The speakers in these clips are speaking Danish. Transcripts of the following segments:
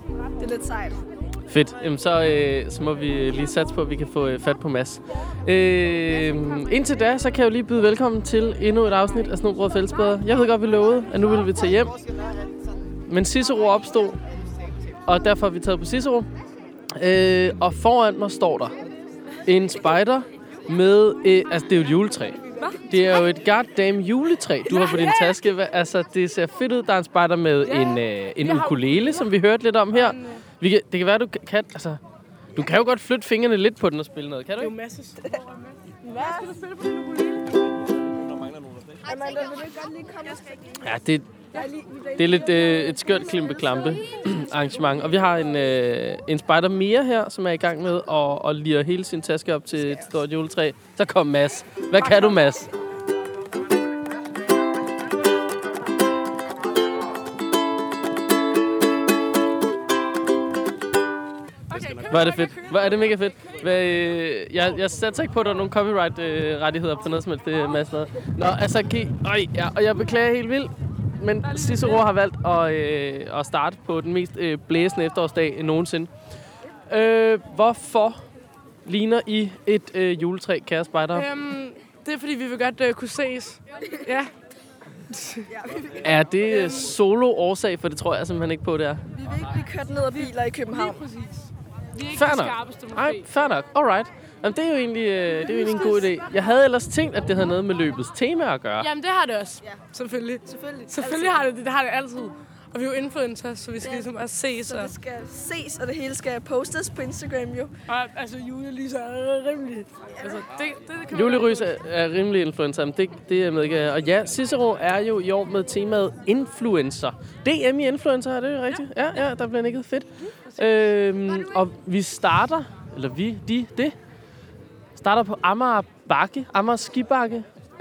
Det er lidt sejt. Fedt. Jamen, så må vi lige satse på, at vi kan få fat på Mads. Indtil da, så kan jeg jo lige byde velkommen til endnu et afsnit af Snobrød Fællesbader. Jeg ved godt, vi lovede, at nu ville vi tage hjem. Men Cicero opstod, og derfor har vi taget på Cicero. Og foran mig står der en spider med... altså, det er jo et juletræ. Det er jo et goddamn juletræ, du har på din taske. Altså, det ser fedt ud. Der er en spider med en ukulele, som vi hørte lidt om her. Det kan være, du kan... Altså, du kan jo godt flytte fingrene lidt på den og spille noget, kan du ikke? Det er jo masser af Hvad skal du spille på din ukulele? Der mangler nogen af det. Amanda, vil du godt lige komme? Ja, det er lidt et skørt klimpe-klampe arrangement. Og vi har en spider mere her, som er i gang med at lire hele sin taske op til et stort juletræ. Så kom Mads. Hvad kan du, Mads? Hvor er det fedt. Hvor er det mega fedt. Jeg satser ikke på, at der er nogle copyright-rettigheder på noget som helst, det Mads lavede. Nå, altså, og jeg beklager helt vildt. Men Cicero har valgt at starte på den mest blæsende efterårsdag nogensinde. Hvorfor ligner I et juletræ, kære spejdere? Det er, fordi vi vil godt kunne ses. Ja. Er det solo-årsag? For det tror jeg simpelthen ikke på, det er. Vi vil ikke blive kørt ned af biler i København. Præcis. Vi er ikke Fair de nok. skarpeste måske. Nej, fair nok. Alright. Jamen, det er jo egentlig en god idé. Jeg havde ellers tænkt, at det havde noget med løbets tema at gøre. Jamen, det har det også. Ja. Selvfølgelig har det har det altid. Og vi er jo influencers, så vi skal ligesom også ses. Så det skal ses, og det hele skal postes på Instagram jo. Og altså, julelys er rimelig. Altså, det kan Julelys er rimelig influencer, men det er med ikke. Og ja, Cicero er jo i år med temaet influencer. DM i influencer, er det rigtigt? Ja, der bliver nikket fedt. Og vi starter, eller det starter på Amager Bakke, Amager Skibakke.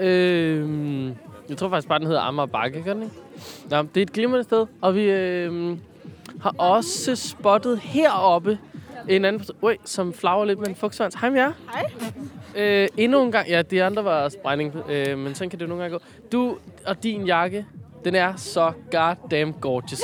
Jeg tror faktisk bare, den hedder Amager Bakke, gør den ikke? Ja, det er et glimrende sted, og vi har også spottet heroppe en anden person, som flagrer lidt med en fugtsvans. Hej med jer. Hej. Endnu en gang, ja, de andre var sprængning, men sådan kan det nogle gange gå. Du og din jakke, den er så goddamn gorgeous.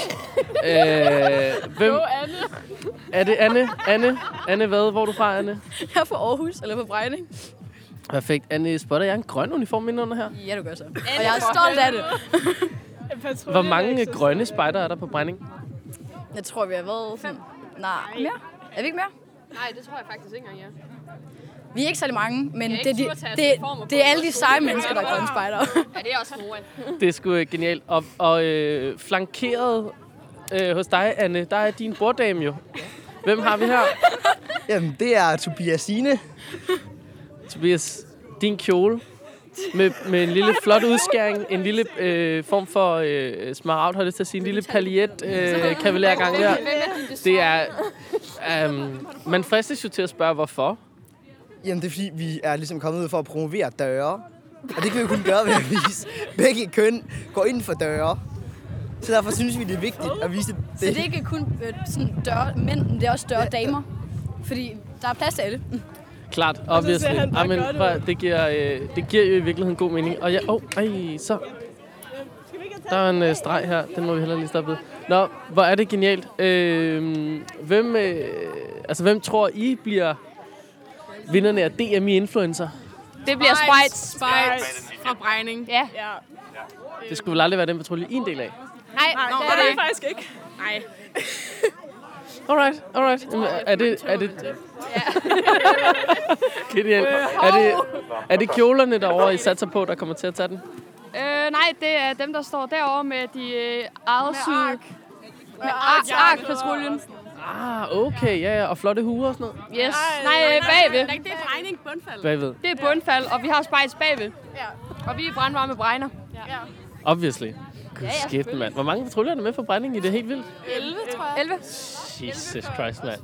Hvem? Anne. Er det Anne? Anne hvad? Hvor er du fra, Anne? Jeg er fra Aarhus, eller på Brejning. Perfekt. Anne, spotter jeg en grøn uniform inde under her? Ja, du gør så. Og jeg er stolt af det. Hvor mange grønne spejder er der på Brejning? Jeg tror, vi har været... sådan... Nej. Mere? Er vi ikke mere? Nej, det tror jeg faktisk ikke engang, ja. Vi er ikke særlig mange, men det er alle de seje mennesker, der er grønne spejdere. Ja, det er også Moa. Det er sgu genialt. Og flankeret hos dig, Anne, der er din borddame jo. Hvem har vi her? Jamen, det er Tobias Signe. Tobias, din kjole med en lille flot udskæring, en lille form for smaragd, har jeg lyst til at sige, en lille paljet kavalergang der. Det er... man fristes jo til at spørge, hvorfor. Jamen, det er fordi, vi er ligesom kommet ud for at promovere døre. Og det kan vi kun gøre ved at vise begge køn går ind for døre. Så derfor synes vi, det er vigtigt at vise det. Så det er ikke kun sådan døre mænd, men det er også døre damer. Fordi der er plads til alle. Klart, obviously. Amen, det giver jo i virkeligheden god mening. Og ja, så. Der er en streg her, den må vi heller lige stoppe ved. Nå, hvor er det genialt. Hvem tror I bliver vinderne af DM i Influencer? Det bliver Spites fra Brejning. Ja. Det skulle vel aldrig være den patrulje I en del af? Nej, det er det faktisk ikke. Nej. Alright. Jamen, er det genialt. Er det kjolerne derovre, I satser på, der kommer til at tage den? Nej, det er dem, der står derovre med de egetsyde. Med ark-patruljen. Okay, ja, og flotte huer og sådan noget. Yes. Nej, bagved. Det er Brejning bundfald. Bagved. Det er bundfald, og vi har Spites bagved. Ja. Og vi er brandvarme bregner. Ja. Obviously. Skidt, mand. Hvor mange patruljer er der med for Brejning i det? Helt vildt. 11, tror jeg. 11. Jesus Christ, mand.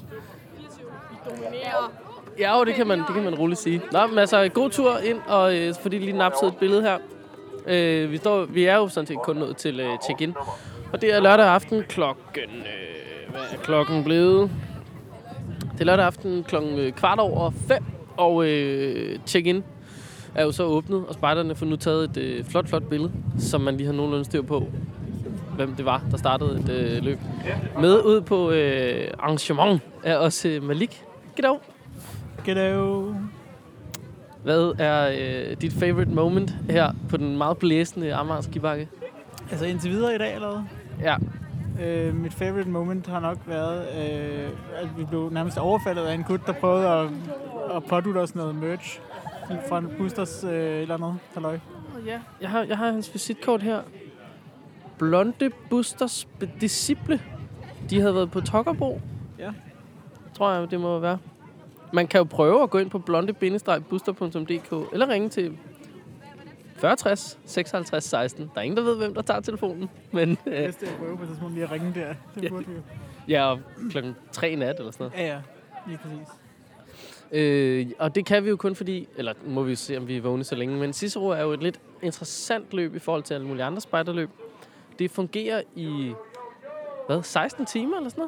Ja, det kan man roligt sige. Nå, men altså, god tur ind, og fordi lige napsede et billede her. Vi er jo sådan set kun nået til check-in. Og det er lørdag aften klokken... hvad er klokken blevet? Det er lørdag aften klokken 5:15, og check-in er jo så åbnet, og spejderne får nu taget et flot billede, som man lige har nogenlunde styr på, hvem det var, der startede et løb. Med ud på arrangement er også Malik. Goddag. Goddag. Hvad er dit favorite moment her på den meget blæsende Amager skibakke? Altså indtil videre i dag, eller hvad? Ja. Mit favorite moment har nok været, at vi blev nærmest overfaldet af en gut, der prøvede at pådutte os noget merch fra en Busters eller andet. Halløj. Ja, jeg har hans visitkort her. Blonde Busters disciple. De havde været på Tokkerbro. Ja. Tror jeg, det må være. Man kan jo prøve at gå ind på blonde-buster.dk eller ringe til 40 60 56 16. Der er ingen, der ved, hvem der tager telefonen. Men, Hvis det er prøve på det, så må lige at ringe der. Det burde vi jo. Ja, og klokken 3 nat eller sådan noget. Ja, lige præcis. Og det kan vi jo kun fordi, eller må vi se, om vi er vågne så længe, men Cicero er jo et lidt interessant løb i forhold til alle mulige andre spejderløb. Det fungerer i, 16 timer eller sådan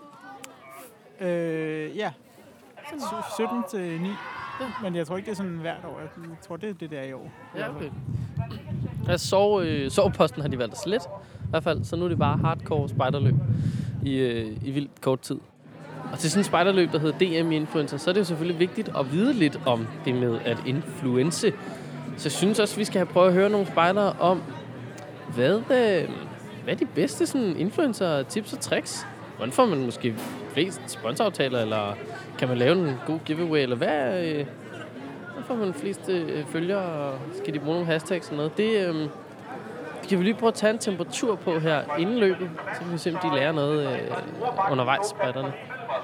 noget? Ja. 17 til 9. Ja. Men jeg tror ikke, det er sådan hvert år. Jeg tror, det er det der i år. Ja, okay. Soveposten har de valgt at slet, i hvert fald. Så nu er det bare hardcore spejderløb i vildt kort tid. Og til sådan en spejderløb, der hedder DM Influencer, så er det jo selvfølgelig vigtigt at vide lidt om det med at influence. Så jeg synes også, vi skal prøve at høre nogle spejdere om, hvad er de bedste sådan influencer-tips og tricks? Hvordan får man måske flest sponsoraftaler, eller kan man lave en god giveaway, eller hvad får man flest følgere, og skal de bruge nogle hashtags og noget? Det kan vi lige prøve at tage en temperatur på her inden løbet, så kan vi se, om de lærer noget undervejs, spejderne.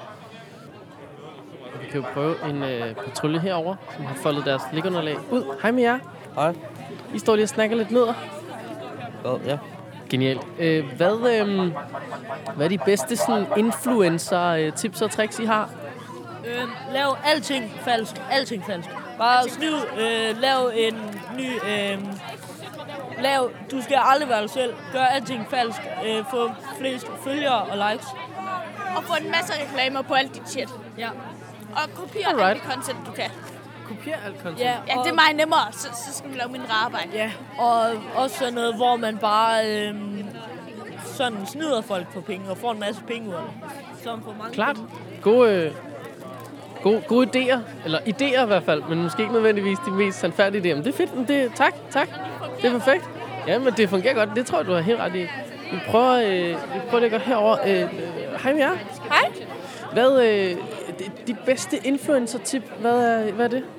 Vi kan jo prøve en patrulje herover, som har foldet deres ligunderlag ud. Hej med jer. Hej. I står lige og snakker lidt ned. Ja. Genialt. Hvad er de bedste sådan, influencer-tips og tricks, I har? Lav alting falsk. Bare snyd. Lav en ny... Du skal aldrig være dig selv. Gør alting falsk. Få flest følgere og likes. Og få en masse reklamer på alt dit shit. Ja. Og kopiere alt det content, du kan. Kopiere alt content? Ja, det er meget nemmere. Så skal vi lave mindre arbejde. Ja, og også sådan noget, hvor man bare sådan snyder folk på penge og får en masse penge ud af det. Som får mange klart. Penge. Gode idéer. Eller idéer i hvert fald, men måske ikke nødvendigvis de mest sandfærdige idéer. Men det er fedt. Tak. Det er perfekt. Ja, men det fungerer godt. Det tror jeg, du har helt ret i. Vi prøver at gå herover. Hej med jer. Hej. Hvad dit bedste influencer-tip? Hvad er det?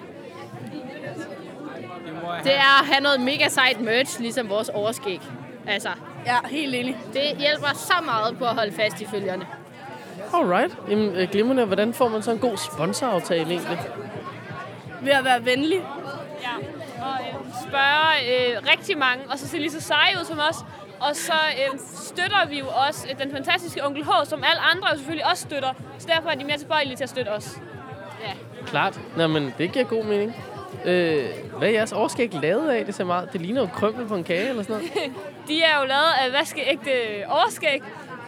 Det er at have noget mega sejt merch, ligesom vores overskæg. Altså, Ja, helt enig. det hjælper så meget på at holde fast i følgerne. Alright. Jamen, glimrende. Hvordan får man så en god sponsoraftale egentlig? Ved at være venlig. Ja, og spørge rigtig mange, og så se lige så seje ud som os. Og så støtter vi jo også den fantastiske Onkel H, som alle andre jo selvfølgelig også støtter. Så derfor er de mere tilbøjelige til at støtte os. Ja. Klart. Nå, men det giver god mening. Hvad er jeres overskæg lavet af? Det ligner jo krømmel på en kage eller sådan noget. De er jo lavet af vaskeægte overskæg.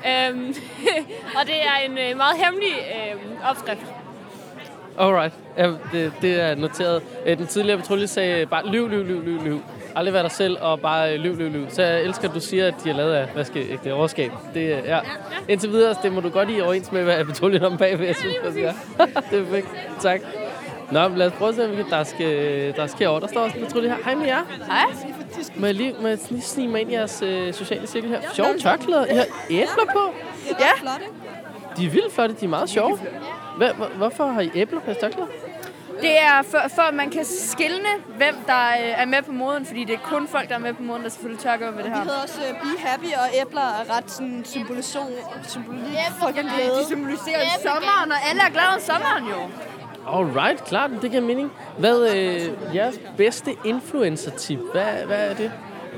Og det er en meget hemmelig opskrift. Alright. Ja, det er noteret. Den tidligere patrulje sagde bare lyv. Aldrig være dig selv, og bare lyv. Så jeg elsker, at du siger, at de er lavet af vaskeægte overskab. Det ja. Indtil videre stemmer du godt i overens med, hvad patruljen om bagved, jeg synes, det er. Det er perfekt. Tak. Nå, lad os prøve at se, om der sker over. Der står også en patrulje her. Hej med jer. Hej. Må jeg lige snige mig ind i jeres sociale cirkel her? Sjove tørklæder. I har æbler på. Ja. Flotte. De er vildt flotte. De er meget sjove. Hvorfor har I æbler på tørklæder? Det er for at man kan skelne, hvem der er med på moden, fordi det er kun folk, der er med på moden, der selvfølgelig tørker ved det her. Vi hedder også Be Happy, og æbler er ret sådan symbolik for glæde. De symboliserer sommeren, og alle er glade om sommeren jo. Alright, klart, det giver mening. Hvad er jeres bedste influencer-tip? Hvad er det?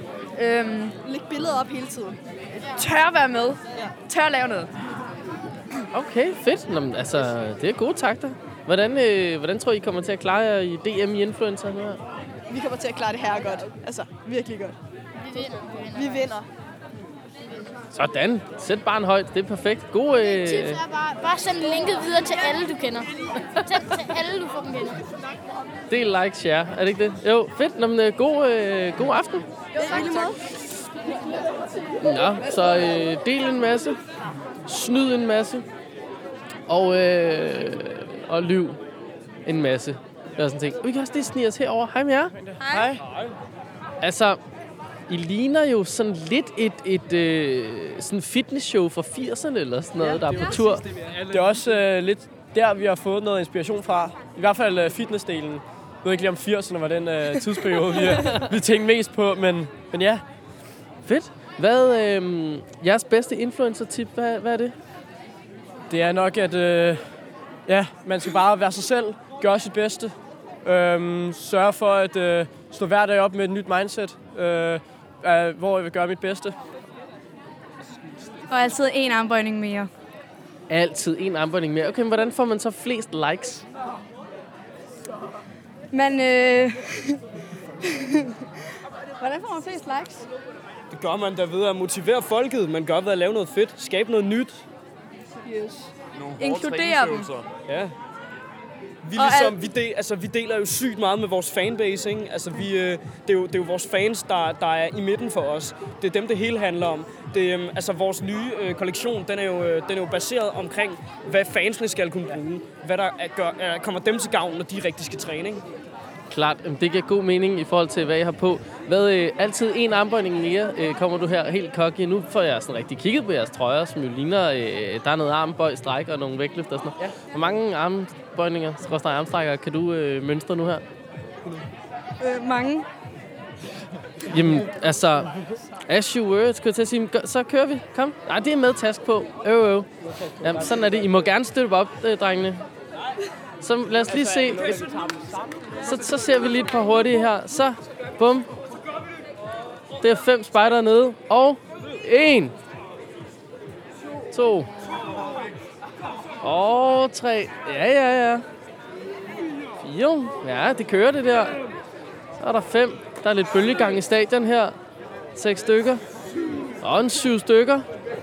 Læg billeder op hele tiden. Tør være med. Ja. Tør lave noget. Okay, fedt. Nå, men, altså, det er gode takter. Hvordan tror I kommer til at klare jer i DM i influencer nu her? Vi kommer til at klare det her godt. Altså, virkelig godt. Vi vinder. Sådan. Sæt barn højt. Det er perfekt. God... Tips er bare send linket videre til alle, du kender. Til alle, du får dem kender. Del, like, share. Er det ikke det? Jo, fedt. Nå, men, god aften. Jo, tak. Nå, så del en masse, snyd en masse, og lyv en masse. Det er sådan ting. Vi kan også lige snige os herover. Hej med jer. Hej. Altså, I ligner jo sådan lidt et sådan fitnessshow fra 80'erne eller sådan noget, der er på tur. Det er også lidt der, vi har fået noget inspiration fra. I hvert fald fitnessdelen. Jeg ved ikke lige om 80'erne var den tidsperiode, vi tænkte mest på, men ja. Fedt. Hvad jeres bedste influencer-tip, hvad er det? Det er nok, at man skal bare være sig selv, gøre sit bedste. Sørge for at stå hver dag op med et nyt mindset, hvor jeg vil gøre mit bedste. Og altid en armbøjning mere. Altid en armbøjning mere. Okay, men hvordan får man så flest likes? Men hvordan får man flest likes? Det gør man da ved at motivere folket. Man gør ved at lave noget fedt. Skabe noget nyt. Yes. Inkludere dem. Ja. Vi deler jo sygt meget med vores fanbase, ikke? Altså, det er jo vores fans, der er i midten for os. Det er dem, det hele handler om. Vores nye kollektion, den er jo baseret omkring, hvad fansene skal kunne bruge. Hvad der kommer dem til gavn, når de rigtig skal træne, ikke? Klart, det giver god mening i forhold til, hvad jeg har på. Altid en armbøjning mere, kommer du her helt cocky. Nu får jeg sådan rigtig kigget på jeres trøjer, som jo ligner, der er noget armbøj, stræk og nogle vægtløft og sådan noget. Ja. Hvor mange armbøjninger, armstrækker, kan du mønstre nu her? Mange. Jamen, altså, as you were, skulle jeg til at sige, så kører vi. Kom. Nej, det er med task på. Jamen, sådan er det. I må gerne støtte op, drengene. Så lad os lige se. Så ser vi lige et par hurtige her. Så, bum. Det er 5 spejdere nede. Og 1. 2. Og 3. Ja. 4. Ja, det kører det der. Så er der 5. Der er lidt bølgegang i stadion her. 6 stykker. Og en 7 stykker.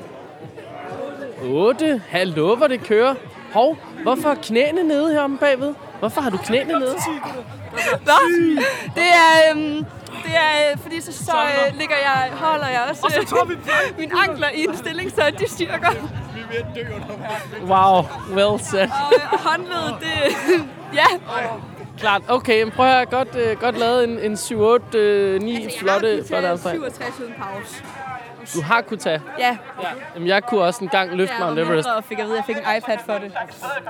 8. Hallo, hvor det kører. Hov, hvorfor er knæene nede heromme bagved? Hvorfor har du knæene nede? Hvad? Det er fordi så holder jeg også og så mine ankler i en stilling, så de styrker. Vi er ved at dø under Wow, well said. Og håndledet, det... ja. Klart, okay, men prøv at høre, godt lavet en 7-8-9 flotte anfald. 67 uden pause. Du har kunnet tage? Ja. Jamen, jeg kunne også engang løfte Mount Everest. Og fik at vide, at jeg fik en iPad for det.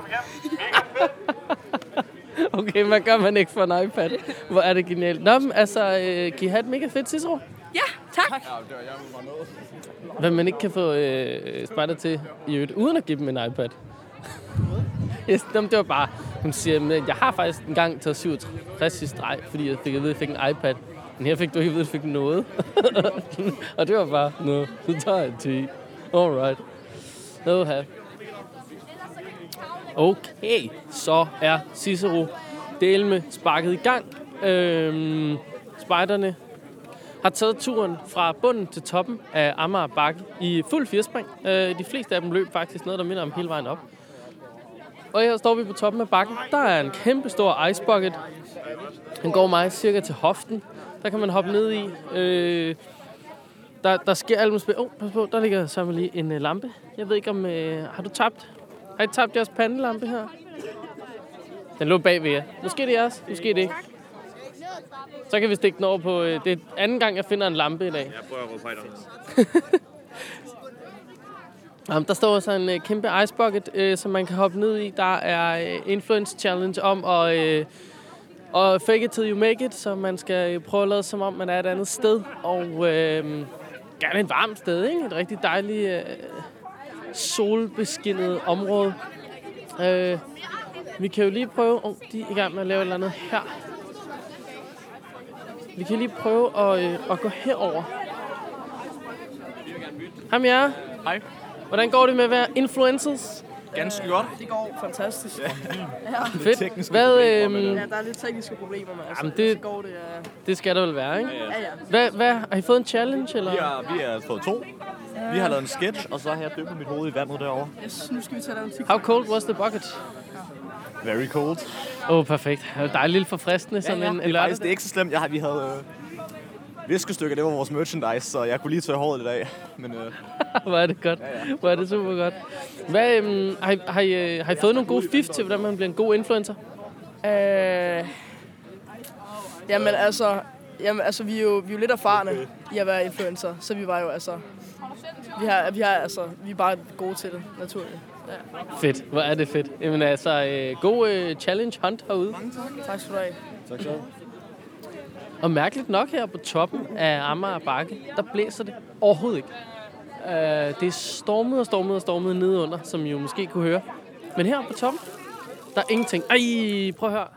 Okay, hvad gør man ikke for en iPad? Hvor er det genialt. Nå, men altså, kan I have et mega fedt Cicero? Ja, tak. Hvad man ikke kan få spejder til i øvrigt, uden at give dem en iPad. Yes, det var bare, hun siger, jeg har faktisk engang taget 67 i streg, fordi jeg fik at vide, at jeg fik en iPad. Men her fik du ikke at vide, at jeg fik noget. Og det var bare, så tager jeg 10. Alright. Okay, så er Cicero Delme sparket i gang. Spejderne har taget turen fra bunden til toppen af Amager Bakke i fuld firespring. De fleste af dem løb faktisk noget, der minder om hele vejen op. Og her står vi på toppen af bakken. Der er en kæmpe stor ice bucket. Den går mig cirka til hoften. Der kan man hoppe ned i. Der sker alt muligt spil. Pas på, der ligger så lige en lampe. Jeg ved ikke om... Har I tabt jeres pandelampe her? Den lå bag ved jer. Måske det er jeres, måske det ikke. Så kan vi stikke den over på... det er anden gang, jeg finder en lampe i dag. Jeg prøver at råbe højt. Der står så en kæmpe ice bucket, som man kan hoppe ned i. Der er influence challenge om at fake it till you make it, så man skal prøve at lade som om, man er et andet sted. Og gerne et varmt sted, ikke? Et rigtig dejligt solbeskinnet område. Vi kan jo lige prøve... de er i gang med at lave et eller andet her. Vi kan lige prøve at gå herover. Hej med jer. Hej. Hvordan går det med at være influencers? Ganske godt. Det går fantastisk. Ja. Fedt. Hvad, der er lidt tekniske problemer, men jamen det, går det. Det skal der vel være, ikke? Ja. Hvad, har I fået en challenge, eller? Vi har fået 2. Vi har lavet en sketch, og så har jeg døbt mit hoved i vandet derovre. Yes, nu skal vi tage en TikTok. How cold was the bucket? Very cold. Perfekt. Det var dejligt lidt forfriskende sådan en lørdag. Det er ikke så slemt. Vi viskestykker, det var vores merchandise, så jeg kunne lige tørre håret i dag. Men, Hvor er det godt. Ja. Hvor er det super godt. Hvad, har I fået nogle gode fif til, hvordan man bliver en god influencer? Jamen altså, vi er jo lidt erfarne i at være influencer, så vi var jo altså... Vi er bare gode til det, naturligt. Ja. Fedt. Hvor er det fedt. Jamen altså, god challenge hunt herude. Mange tak. Tak skal du have. Tak skal du have. Og mærkeligt nok her på toppen af Amager Bakke, der blæser det overhovedet ikke. Det er stormet nede under, som I jo måske kunne høre. Men her på toppen, der er ingenting. Ej, prøv at høre.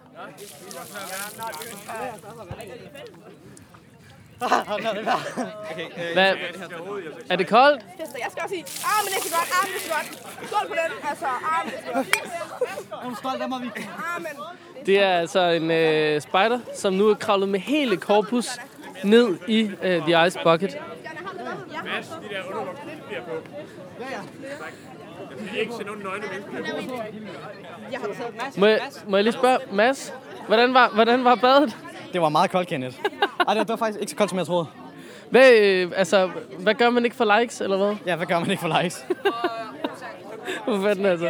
Hvad? Er det koldt? Jeg skal også sige, armen er så godt, Skål på den, altså, armen er så godt. Stolt af mig, vi. Det er altså en spider, som nu er kravlet med hele korpus ned i The Ice Bucket. Mads, de der undervokser, de bliver på. Ja. Jeg kan ikke se nogen nøgne mennesker. Må jeg lige spørge, Mads, hvordan var badet? Det var meget koldt, Kenneth. Ej, det var faktisk ikke så koldt, som jeg troede. Hvad gør man ikke for likes, eller hvad? Ja, hvad gør man ikke for likes? Hvor fanden altså?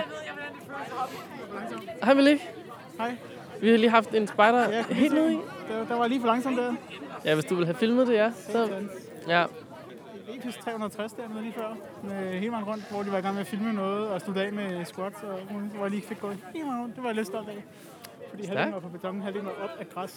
Hej, Malik. Hej. Vi har lige haft en spider helt nede i. Der var lige for langsomt der. Ja, hvis du vil have filmet det, ja. Så. Ja. Episk 360 dernede lige før, med hele vejen rundt, hvor de var i gang med at filme noget og slutte af med squats, og hvor jeg lige fik gået hele vejen rundt. Det var jeg lidt stolt af. Fordi halvdelen var på beton, halvdelen var op af græs.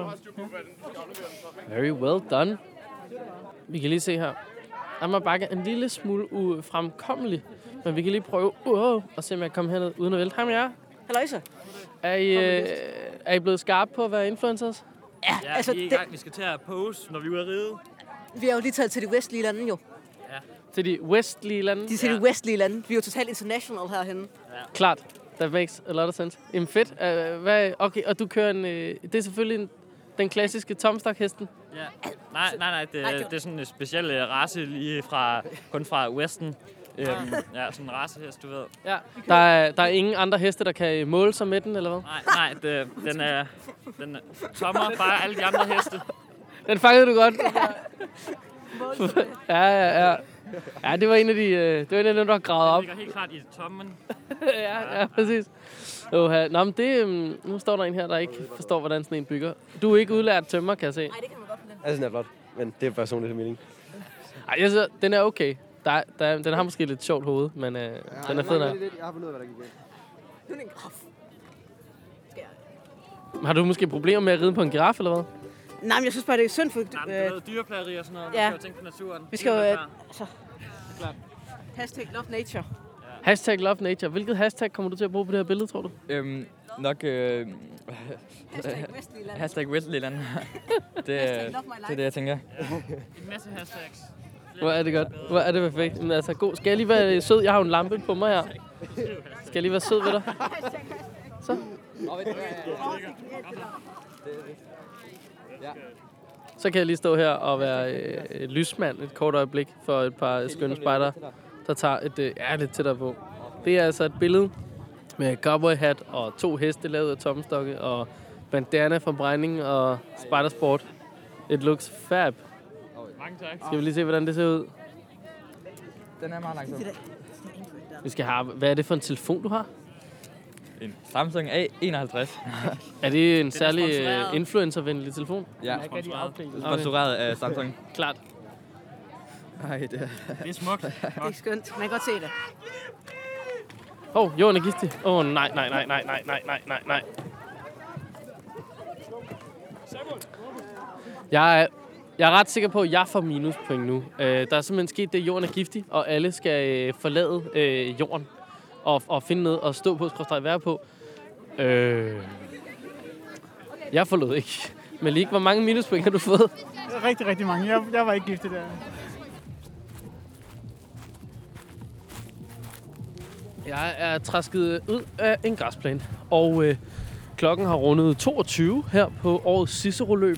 Very well done. Vi kan lige se her. Amager Bakke er en lille smule ufremkommelig, men vi kan lige prøve at se, om jeg kan komme herned uden at vælte. Hej med jer. Halløjsa. Er I blevet skarpe på at være influencers? Ja, altså, vi er i gang. Vi skal til at pose, når vi er ude at ride. Vi har jo lige taget til de vestlige lande, jo. Ja. Til de westlige lande? De westlige lande. Vi er jo totalt international herhenne. Ja. Klart. That makes a lot of sense. Jamen fedt. Okay, og du kører en... det er selvfølgelig den klassiske tomstok-hesten? Ja. Nej. Det er sådan en speciel race lige kun fra Westen. Ja, sådan en racehest, du ved. Ja. Der er ingen andre heste, der kan måle sig med den, eller hvad? Nej, den tommer bare alle de andre heste. Den fangede du godt. Ja. Ja, det var en af dem, der gravede op. Den ligger helt klart i tommen. ja, præcis. Nå, men nu står der en her, der ikke forstår, hvordan sådan en bygger. Du er ikke udlært tømmer, kan jeg se. Nej, det kan man godt finde. Jeg synes, den er flot, men det er personligt mening. Ej, jeg synes, den er okay. Den har måske lidt sjovt hoved, men den er fed nok. Jeg har fundet ud af, hvad der gik Nu er det en giraf. Har du måske problemer med at ride på en giraf, eller hvad? Nej, men jeg synes bare, det er synd for... dyreplageri og sådan noget. Ja. Vi skal jo tænke på naturen. Vi skal jo... Altså... Hashtag love nature. Ja. Hashtag love nature. Hvilket hashtag kommer du til at bruge på det her billede, tror du? Nok... Hashtag Westlige lande. Det er det, jeg tænker. Ja. En masse hashtags. Hvor er det godt. Hvor er det perfekt. Men altså, god. Skal jeg lige være sød? Jeg har jo en lampe på mig her. Skal jeg lige være sød ved dig? Så. Så kan jeg lige stå her og være lysmand et kort øjeblik for et par skønne spejdere, der tager et lidt tættere på. Det er altså et billede med cowboyhat og 2 heste lavet af tomstokke og bandana fra brænding og spejdersport. It looks fab. Mange tak. Skal vi lige se, hvordan det ser ud? Den er meget langsom. Vi skal have... Hvad er det for en telefon, du har? En Samsung A51. Er det en særlig influencer-venlig telefon? Ja, sponsoreret af Samsung. Klart. Ej, det er smukt. Det er skønt. Man kan godt se det. Jorden er giftig. Nej. Jeg er ret sikker på, at jeg får minuspoint nu. Der er simpelthen sket det, at jorden er giftig, og alle skal forlade jorden og finde noget at stå på, være på. Jeg forlod ikke. Malik, hvor mange minuspoint har du fået? Rigtig, rigtig mange. Jeg var ikke giftig der. Jeg er trasket ud af en græsplæne, og klokken har rundet 22 her på årets Cicero-løb.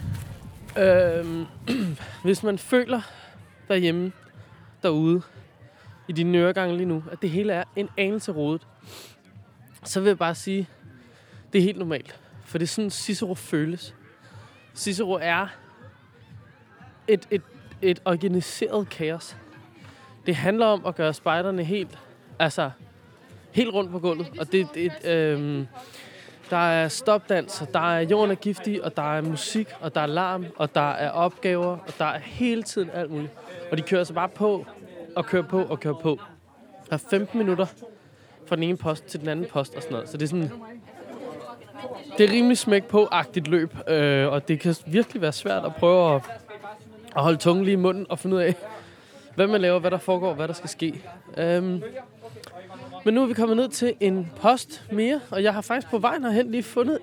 Hvis man føler derhjemme, derude, i dine øregange lige nu, at det hele er en anelse rodet, så vil jeg bare sige, det er helt normalt. For det er sådan, Cicero føles. Cicero er et organiseret kaos. Det handler om at gøre spejderne helt rundt på gulvet. Og der er stopdans, og der er jorden er giftig, og der er musik, og der er larm, og der er opgaver, og der er hele tiden alt muligt. Og de kører så bare på, og kører på, og kører på. Der er 15 minutter fra den ene post til den anden post og sådan noget. Så det er sådan... Det er rimelig smæk på-agtigt løb, og det kan virkelig være svært at prøve at holde tungen lige i munden og finde ud af, hvad man laver, hvad der foregår, hvad der skal ske. Men nu er vi kommet ned til en post mere, og jeg har faktisk på vejen herhen lige fundet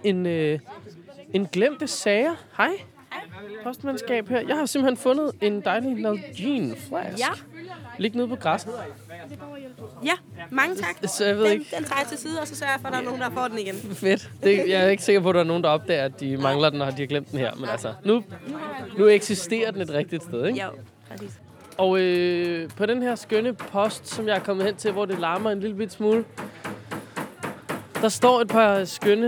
en glemte sager. Hej. Postmandskab her. Jeg har simpelthen fundet en dejlig Nalgene flask. Ja. Ligge nede på græsset. Ja, mange tak. Så jeg ved ikke. Den tager jeg til side, og så sørger jeg for, at der er nogen, der får den igen. Fedt. Jeg er ikke sikker på, at der er nogen, der opdager, at de mangler den, og de har glemt den her. Men altså, nu eksisterer den et rigtigt sted, ikke? Jo, præcis. Og på den her skønne post, som jeg er kommet hen til, hvor det larmer en lille bit smule, der står et par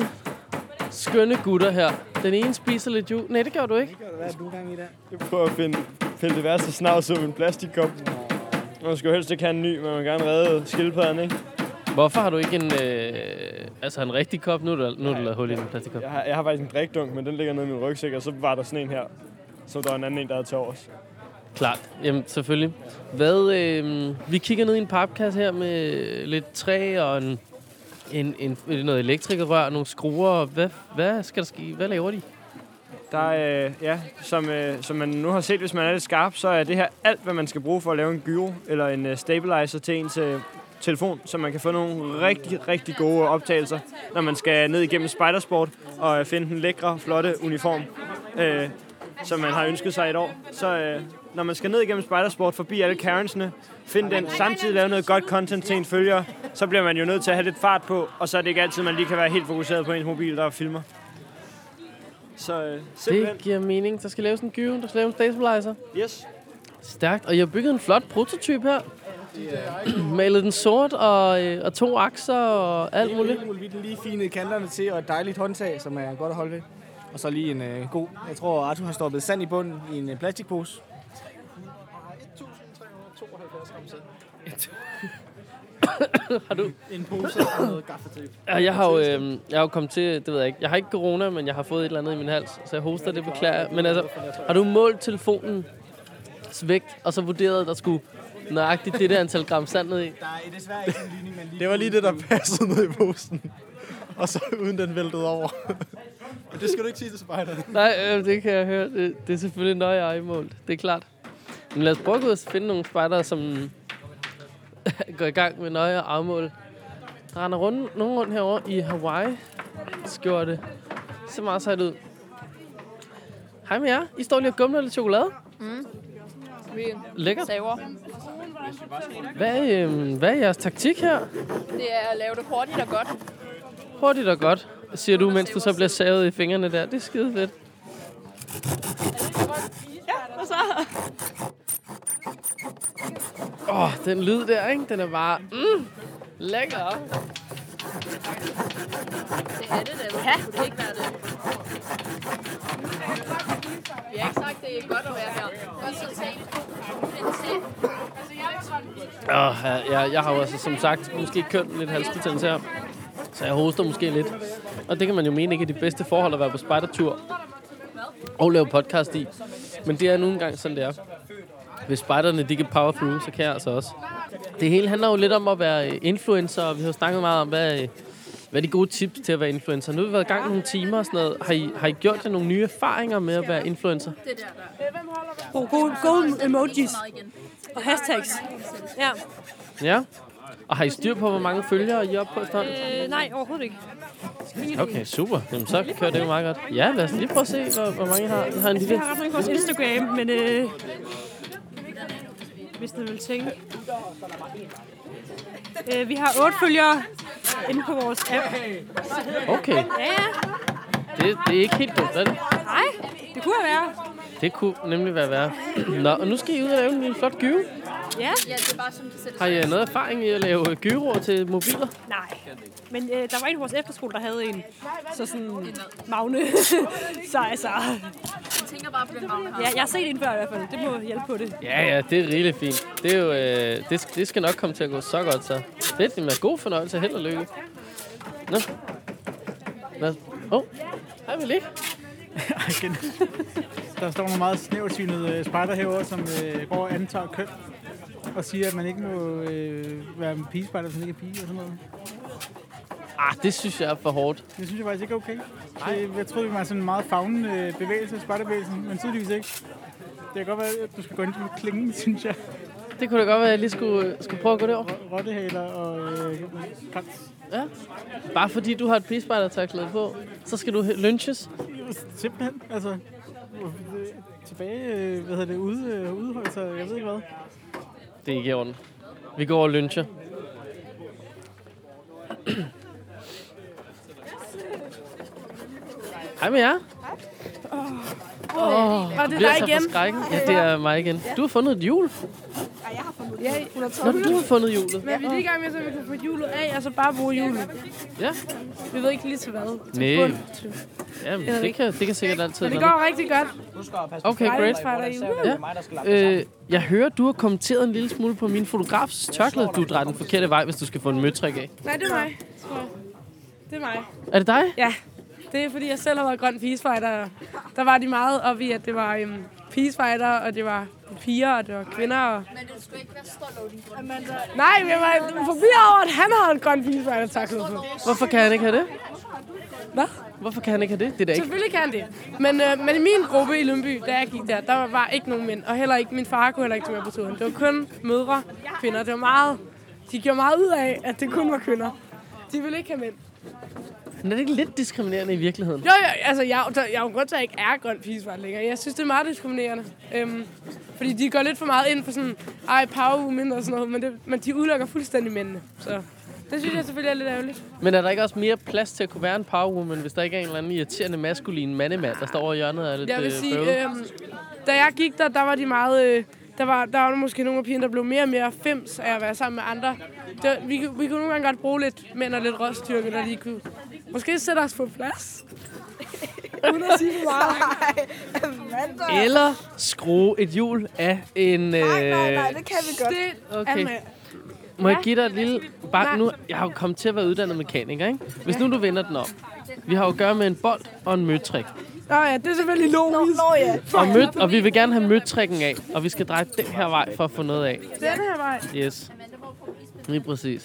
skønne gutter her. Den ene spiser lidt jul. Nej, det gør du ikke. Hvad er du gang i dag? Jeg prøver at finde det værste snavs ud af en plastikkop. Man skal jo helst ikke have en ny, men man vil gerne redde skildpadderne, ikke? Hvorfor har du ikke en rigtig kop? Nu er du lavet hul i en plastikkop. Jeg har faktisk en drikdunk, men den ligger nede i min rygsæk, og så var der sådan en her. Så der var en anden en, der havde til overs. Klart. Jamen, selvfølgelig. Vi kigger ned i en papkasse her med lidt træ og noget elektrikerrør og nogle skruer. Hvad skal der ske? Hvad laver de? Der er, som man nu har set, hvis man er lidt skarp, så er det her alt, hvad man skal bruge for at lave en gyro eller en stabilizer til ens telefon, så man kan få nogle rigtig, rigtig gode optagelser, når man skal ned igennem Spejdersport og finde den lækre, flotte uniform, som man har ønsket sig et år. Så når man skal ned igennem Spejdersport forbi alle Karensene, finde den, samtidig lave noget godt content til en følger, så bliver man jo nødt til at have lidt fart på, og så er det ikke altid, man lige kan være helt fokuseret på ens mobil, der filmer. Så det giver mening. Der skal laves en gyro, der skal laves en stabilizer. Yes. Stærkt. Og jeg har bygget en flot prototype her. Malet den sort og 2 akser og alt muligt. Lige fine kanterne til og et dejligt håndtag, som er godt at holde ved. Og så lige en god... Jeg tror, Arthur har stoppet sand i bunden i en plastikpose. 1.372 gram sand. Har du en pose og noget gaffatape? Ja, jeg har jo kommet til, det ved jeg ikke. Jeg har ikke corona, men jeg har fået et eller andet i min hals, så jeg hoster, det beklager jeg. Men altså, har du målt telefonens vægt, og så vurderet, at der skulle nøjagtigt det der antal gram sand ned i? Der er desværre ikke en ligning, men lige... Det var lige det, der passede ned i posen. Og så uden den væltede over. Men det skal du ikke sige til spejderne. Nej, det kan jeg høre. Det er selvfølgelig nøje ejemålt. Det er klart. Men lad os prøve at gå og finde nogle spejdere, som går i gang med nøje afmål. Der render nogen rundt herovre i Hawaii-skjorte. Det ser meget sejt ud. Hej med jer. I står lige og gumler lidt chokolade. Lækkert. Saver. Hvad er jeres taktik her? Det er at lave det hurtigt og godt. Hurtigt og godt, siger du, mens du så bliver savet i fingrene der. Det er skide fedt. Ja, og så... Den lyd der, ikke? Den er bare... lækker. Det er det, der. Ja, det kan ikke være det. Vi har ikke sagt, det er godt at være her. Jeg har jo altså, som sagt, måske kørt lidt halsbetændelse her. Så jeg hoster måske lidt. Og det kan man jo mene ikke er de bedste forhold at være på spejdertur og lave podcast i. Men det er nu engang sådan, det er. Hvis spejderne de kan power through, så kan jeg altså også. Det hele handler jo lidt om at være influencer, og vi har jo snakket meget om, hvad er de gode tips til at være influencer. Nu har vi været i gang nogle timer og sådan noget. Har I gjort jer nogle nye erfaringer med at være influencer? Gode emojis og hashtags. Ja. Ja. Og har I styr på, hvor mange følgere I er oppe på efterhånden? Nej, overhovedet ikke. Okay, super. Jamen, så kører det jo meget godt. Ja, lad os lige prøve at se, hvor mange I har. I har en lille... Vi har ret mange på vores Instagram, men hvis du vil tænke. Vi har 8 følgere inde på vores app. Okay. Ja. Det er ikke helt dumt, er det? Nej, det kunne være. Det kunne nemlig være værre. Nå, og nu skal I ud og lave en lille flot gyro. Ja. Det er bare sådan, det sætter Har I noget erfaring i at lave gyroer til mobiler? Nej. Men der var en af vores efterskole, der havde en. Så sådan Magne. Så altså... tænker bare på den vagn. Ja, jeg har set en før i hvert fald. Det må hjælpe på det. Ja, det er rigtig fint. Det er jo, det skal nok komme til at gå så godt, så. Fedt, med god fornøjelse. Held og lykke. Nå. Hej, Willy. Der står nogle meget snæversynede spejder herovre, som går og antager køn. Og siger, at man ikke må være en pigespejder, hvis man ikke er pige og sådan noget. Det synes jeg er for hårdt. Det synes jeg faktisk ikke er okay. Jeg troede, vi var sådan en meget favnende bevægelse, spejderbevægelsen, men tydeligvis ikke. Det kan godt være, at du skal gå ind til klingen, synes jeg. Det kunne da godt være, at jeg lige skulle prøve at gå derover. Rottehaler og krans. Ja. Bare fordi du har et pigespejdertørklæde på, så skal du lynches. Simpelthen, altså. Tilbage, udholdt sig, jeg ved ikke hvad. Det er ikke i orden. Vi går og lyncher. Hej med jer. Og det er dig igen. Ja, det er mig igen. Du har fundet et hjul. Ja, jeg har fundet det. Nå, du har fundet hjulet. Men vi er lige i gang med, så vi kan få hjulet af, og så bare bruge hjulet. Ja. Vi ved ikke lige til hvad. Nej. Jamen, det kan sikkert altid. Men det går rigtig godt. Okay, great. Ja. Jeg hører, du har kommenteret en lille smule på min fotografs tørklæde. Du drejer den forkerte vej, hvis du skal få en møtrik af. Nej, det er mig. Det er mig. Er det dig? Ja. Det er fordi, jeg selv har været grøn pigespejder. Der var de meget op i, at det var pigespejder, og det var piger, og det var kvinder. Og... Men du skal ikke være stolt over din grønne. Nej, jeg var forvirret over, at han havde en grøn pigespejder taklet på. Hvorfor kan han ikke have det? Hvad? Hvorfor kan han ikke have det? Det er da ikke. Selvfølgelig kan han det. Men i min gruppe i Lyngby, da jeg gik der var ikke nogen mænd. Og heller ikke min far kunne heller ikke tage med på turen. Det var kun mødre, kvinder. Det var meget... De gjorde meget ud af, at det kun var kvinder. De ville ikke have mænd. Men er det ikke lidt diskriminerende i virkeligheden? Jo, altså jeg er jo godt til, at jeg ikke er grøn pigespejder længere. Jeg synes, det er meget diskriminerende. Fordi de går lidt for meget ind på sådan, power women og sådan noget, men de udelukker fuldstændig mændene. Så det synes jeg selvfølgelig er lidt ærgerligt. Men er der ikke også mere plads til at kunne være en power woman, hvis der ikke er en eller anden irriterende maskulin mandemand, der står over hjørnet af lidt jeg vil sige, da jeg gik der var de meget... Der var måske nogle af pigerne, der blev mere og mere fems af at være sammen med andre. Vi kunne nogle gange godt bruge lidt mænd og lidt råstyrke, der lige kunne... Måske sætte os på plads. Uden at sige for meget. Eller skrue et hjul af en... Nej, det kan vi godt. Okay. Må jeg give dig et lille... Nu, jeg har jo kommet til at være uddannet mekaniker, ikke? Hvis nu du vender den op. Vi har jo at gøre med en bold og en møtrik. Nå ja, det er selvfølgelig logisk. Ja. Og vi vil gerne have møtrikken af, og vi skal dreje den her vej for at få noget af. Den her vej? Yes. Lige præcis.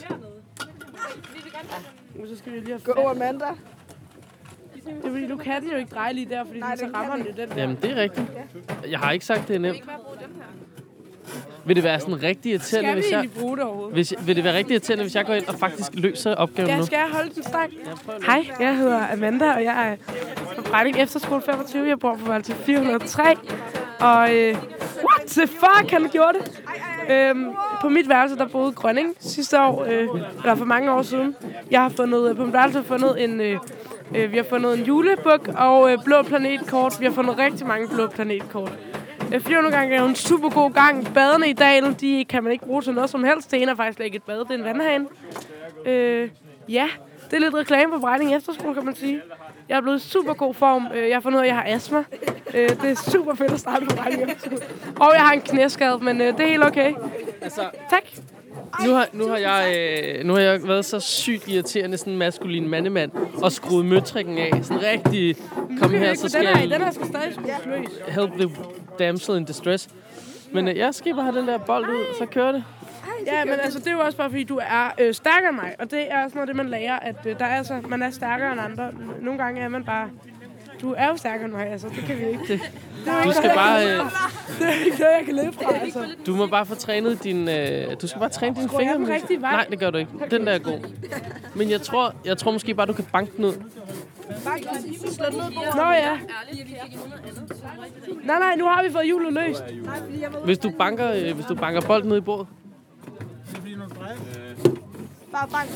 Så skal vi lige have... Gå, Amanda. Det er fordi, du kan den jo ikke dreje lige der, fordi så rammer den jo den der. Jamen, det er rigtigt. Jeg har ikke sagt, det er nemt. Vil det være sådan rigtig irriterende, hvis jeg... bruge det overhovedet? Vil det være rigtig irriterende, hvis jeg går ind og faktisk løser opgaven nu? Skal jeg holde den stang? Hej, jeg hedder Amanda, og jeg er på Breining Efterskole 25. Jeg bor på værelse 403. Og what the fuck, han gjorde det? På mit værelse, der boede Grønning sidste år, eller for mange år siden. Jeg har fundet, på mit værelse vi har fundet en julebuk og blå planetkort. Vi har fundet rigtig mange blå planetkort. Flyvende er jo en super god gang. Baderne i dalen, de kan man ikke bruge til noget som helst. Det ene er faktisk ikke et bad, det er en vandhane. Ja, det er lidt reklame på Breining Efterskole, kan man sige. Jeg er blevet i super god form. Jeg har fundet ud af, at jeg har astma. Det er super fedt at starte på Breining Efterskole. Og jeg har en knæskade, men det er helt okay. Tak. Nu har jeg været så sygt irriterende, sådan en maskulin mandemand, og skruet møtrikken af. Sådan rigtig, kom her, så skal jeg... Den her skal stadig skrues løs. Help the damsel in distress. Men jeg skal bare have den der bold ud, så kører det. Ja, men altså, det er jo også bare, fordi du er stærkere end mig. Og det er sådan noget, det man lærer, at man er stærkere end andre. Nogle gange er man bare... Du er jo stærkere end mig, altså. Det kan vi ikke. Du skal bare... Det er ikke det, jeg kan leve fra, altså. Du må bare få trænet din... Du skal bare træne dine fingre. Den rigtige vej? Nej, det gør du ikke. Den der er god. Men jeg tror måske bare, du kan banke den ud. Nå ja. Nej, nu har vi fået hjulet løst. Hvis du banker bolden ned i bordet. Bare bank.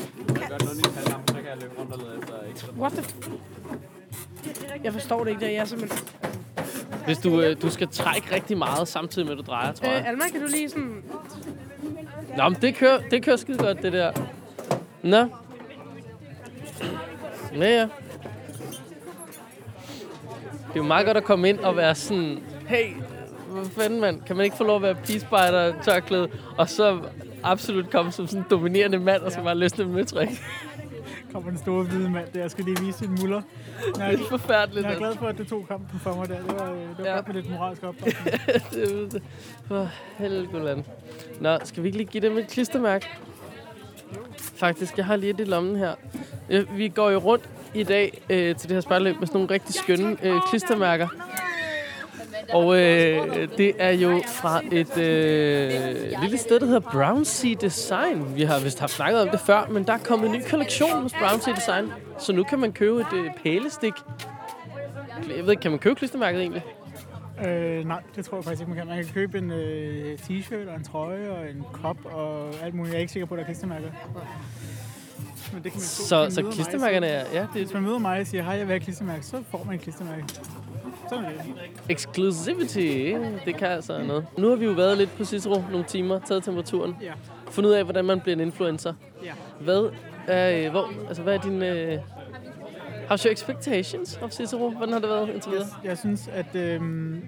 What the Jeg forstår det ikke, det er simpelthen... Hvis du skal trække rigtig meget samtidig med, at du drejer, tror jeg. Alma, kan du lige sådan... Nå, men det kører skide godt, det der. Nå. Ja. er jo meget godt at komme ind og være sådan, hey, hvad fanden mand, kan man ikke få lov at være peacespider, tørklæde, og så absolut komme som sådan en dominerende mand, og så bare løsne med træk. Kommer den store hvide mand der, jeg skal lige vise sin muller. Det er forfærdeligt. Jeg er glad for, at du tog kampen for mig der. Det var godt med lidt moralsk opbakning. Det for helvede. Nå, skal vi ikke lige give dem et klistermærke? Faktisk, jeg har lige et i lommen her. Vi går jo rundt i dag til det her spejlløb med sådan nogle rigtig skønne klistermærker. Og det er jo fra et lille sted, der hedder Brown Sea Design. Vi har vist haft snakket om det før, men der er kommet en ny kollektion hos Brown Sea Design. Så nu kan man købe et pælestik. Jeg ved ikke, kan man købe klistermærket egentlig? Nej, det tror jeg faktisk ikke, man kan. Man kan købe en t-shirt og en trøje og en kop og alt muligt. Jeg er ikke sikker på, at der er klistermærker. Men det kan man så klistermærkerne er... Ja, hvis man møder mig og siger, hej, jeg vil have klistermærke, så får man en klistermærke. Sådan er det. Exclusivity, det kan altså noget. Nu har vi jo været lidt på Cicero nogle timer, taget temperaturen. Ja. Fundet ud af, hvordan man bliver en influencer. Ja. Hvad er din... How's your expectations of Cicero? Hvordan har det været indtil videre? Jeg synes, at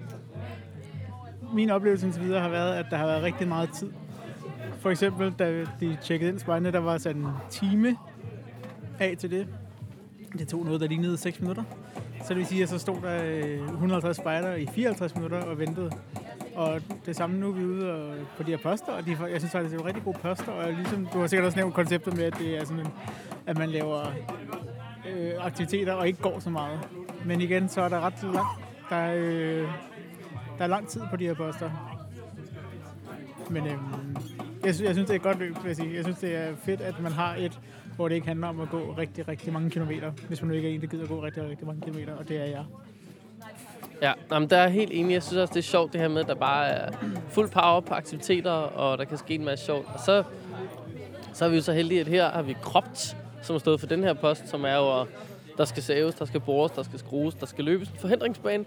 min oplevelse indtil videre har været, at der har været rigtig meget tid. For eksempel, da de tjekkede ind spejlene, der var sat en time af til det. Det tog noget, der lignede 6 minutter. Så det vil sige, at så stod der 150 spejdere i 54 minutter og ventede. Og det samme nu er vi ude på de her poster, og jeg synes faktisk, det er rigtig gode poster. Og ligesom, du har sikkert også nævnt konceptet med, at det er sådan, at man laver aktiviteter og ikke går så meget. Men igen, så er der ret langt. Der er lang tid på de her poster. Men jeg synes, det er et godt løb, vil jeg sige. Jeg synes, det er fedt, at man har et, hvor det ikke handler om at gå rigtig, rigtig mange kilometer. Hvis man nu ikke er en, der gider at gå rigtig, rigtig mange kilometer, og det er jeg. Ja, der er helt enig. Jeg synes også, det er sjovt det her med, at der bare er fuld power på aktiviteter, og der kan ske en masse sjovt. Og så er vi jo så heldige, at her har vi Kropt, som har stået for den her post, som er jo, der skal saves, der skal bores, der skal skrues, der skal løbes en forhindringsbane.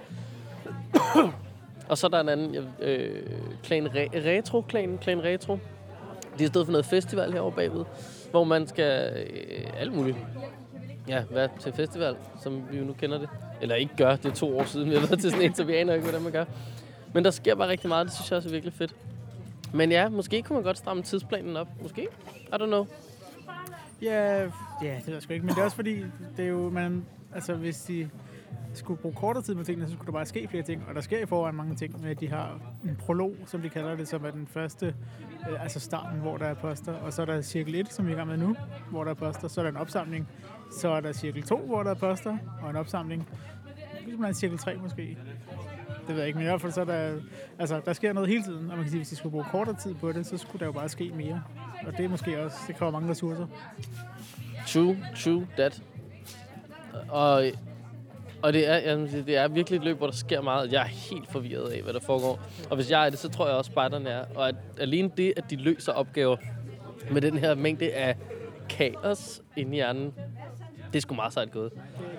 Og så er der en anden Klan Retro. De har stået for noget festival herovre bagved, hvor man skal alt muligt. Ja, hvad til festival, som vi jo nu kender det. Eller ikke gør, det er 2 år siden, vi har været til sådan en, så vi aner ikke, hvordan man gør. Men der sker bare rigtig meget, det synes jeg også er virkelig fedt. Men ja, måske kunne man godt stramme tidsplanen op. Måske? I don't know. Ja, det ved jeg sgu ikke. Men det er også fordi, det er jo, hvis de skulle bruge kortere tid med tingene, så skulle der bare ske flere ting. Og der sker i forvejen mange ting med, at de har en prolog, som de kalder det, som er den første, altså starten, hvor der er poster. Og så er der cirkel 1, som vi er i gang med nu, hvor der er poster. Så er der en opsamling. Så er der cirkel 2, hvor der er poster, og en opsamling. Ligesom en cirkel 3 måske. Det ved jeg ikke, men i hvert fald så er der sker noget hele tiden. Og man kan sige, hvis de skulle bruge kortere tid på det, så skulle der jo bare ske mere. Og det er måske også, det kræver mange ressourcer. True that. Og det er virkelig et løb, hvor der sker meget. Jeg er helt forvirret af, hvad der foregår. Og hvis jeg er det, så tror jeg også, spejderne er. Og at alene det, at de løser opgaver med den her mængde af kaos inde i hjernen, det er sgu meget sejt gået.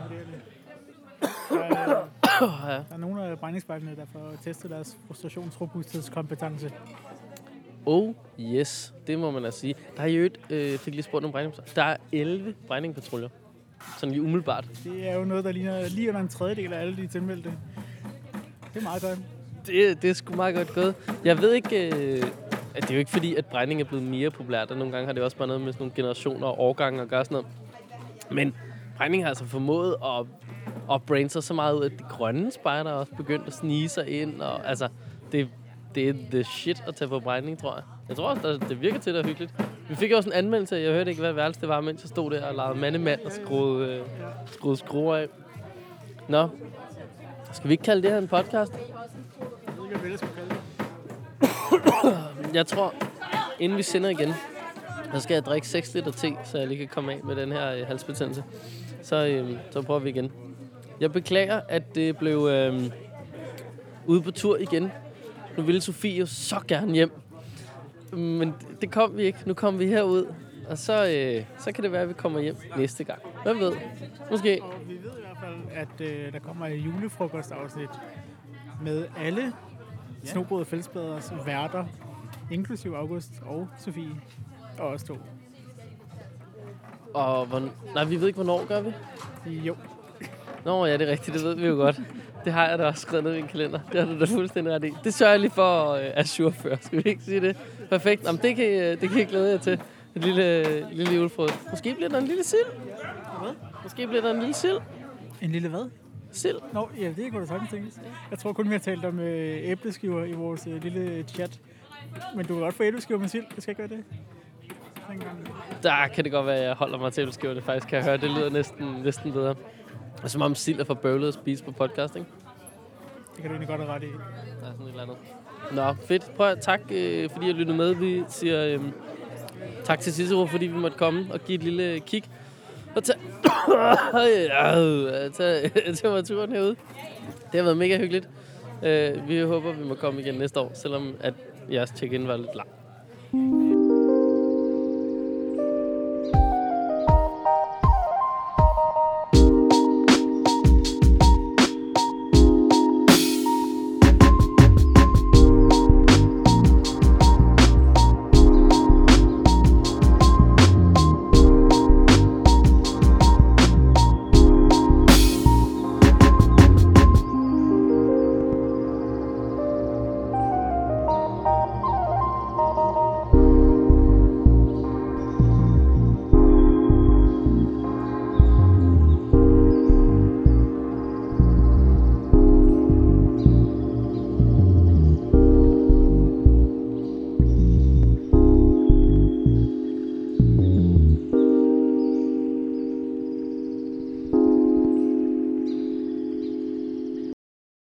Der er nogle af brændingsspejlene, der får testet deres frustrationsrobusthedskompetence. Oh yes, det må man altså sige. Der er jo fik lige spurgt om brændingpatruljer. Der er 11 brændingpatruljer. Sådan lige umiddelbart. Det er jo noget, der ligner lige under en tredjedel af alle de tilmeldte. Det er meget godt. Det er sgu meget godt gået. Jeg ved ikke... det er jo ikke fordi, at brænding er blevet mere populært. Og nogle gange har det også bare noget med sådan nogle generationer og årgange at gøre sådan noget. Men brænding har altså formået at brain sig så meget ud, at de grønne spejder er også begyndt at snige sig ind. Og altså, det er the shit at tage på brænding, tror jeg. Jeg tror også, det virker til, det er hyggeligt. Vi fik også en anmeldelse. Jeg hørte ikke, hvad værelse det var, mens jeg stod der og lavede mandemand og skruede skruer af. Nå. Skal vi ikke kalde det her en podcast? Jeg tror, inden vi sender igen, så skal jeg drikke 6 liter te, så jeg lige kan komme af med den her halsbetændelse. Så prøver vi igen. Jeg beklager, at det blev ude på tur igen. Nu ville Sofie jo så gerne hjem. Men det kom vi ikke. Nu kom vi herud. Og så kan det være, at vi kommer hjem næste gang. Hvem ved? Måske. Og vi ved i hvert fald, at der kommer et julefrokostafsnit med alle Snobrød og Fællesbaders værter, inklusive August og Sofie og os 2. Og vi ved ikke, hvornår gør vi? Jo. Nå ja, det er rigtigt, det ved vi jo godt. Det har jeg da også skrevet ned i min kalender. Det har du da fuldstændig ret i. Det sørger jeg lige for at ajourføre. Skal vi ikke sige det? Perfekt. Jamen, det kan I glæde jer til. Et lille julefrød. Måske bliver der en lille sild. Hvad? Måske bliver der en lille sild. En lille hvad? Sild. Nå, ja, det kunne da sagtens tænkes. Jeg tror kun, vi har talt om æbleskiver i vores lille chat. Men du kan godt få æbleskiver med sild. Jeg skal ikke gøre det. Der kan det godt være, at jeg holder mig til æbleskiver. Det faktisk kan jeg høre. Det lyder næsten bedre. Og som om sild er for bøvlet at spise på podcasting. Det kan du egentlig godt have ret i. Ja, sådan et eller andet. Nå, fedt. Prøv at tak, fordi jeg lyttede med. Vi siger tak til Cicero, fordi vi måtte komme og give et lille kig. Og tage temperaturen herude. Det har været mega hyggeligt. Vi håber, vi må komme igen næste år, selvom at jeres check-in var lidt lang.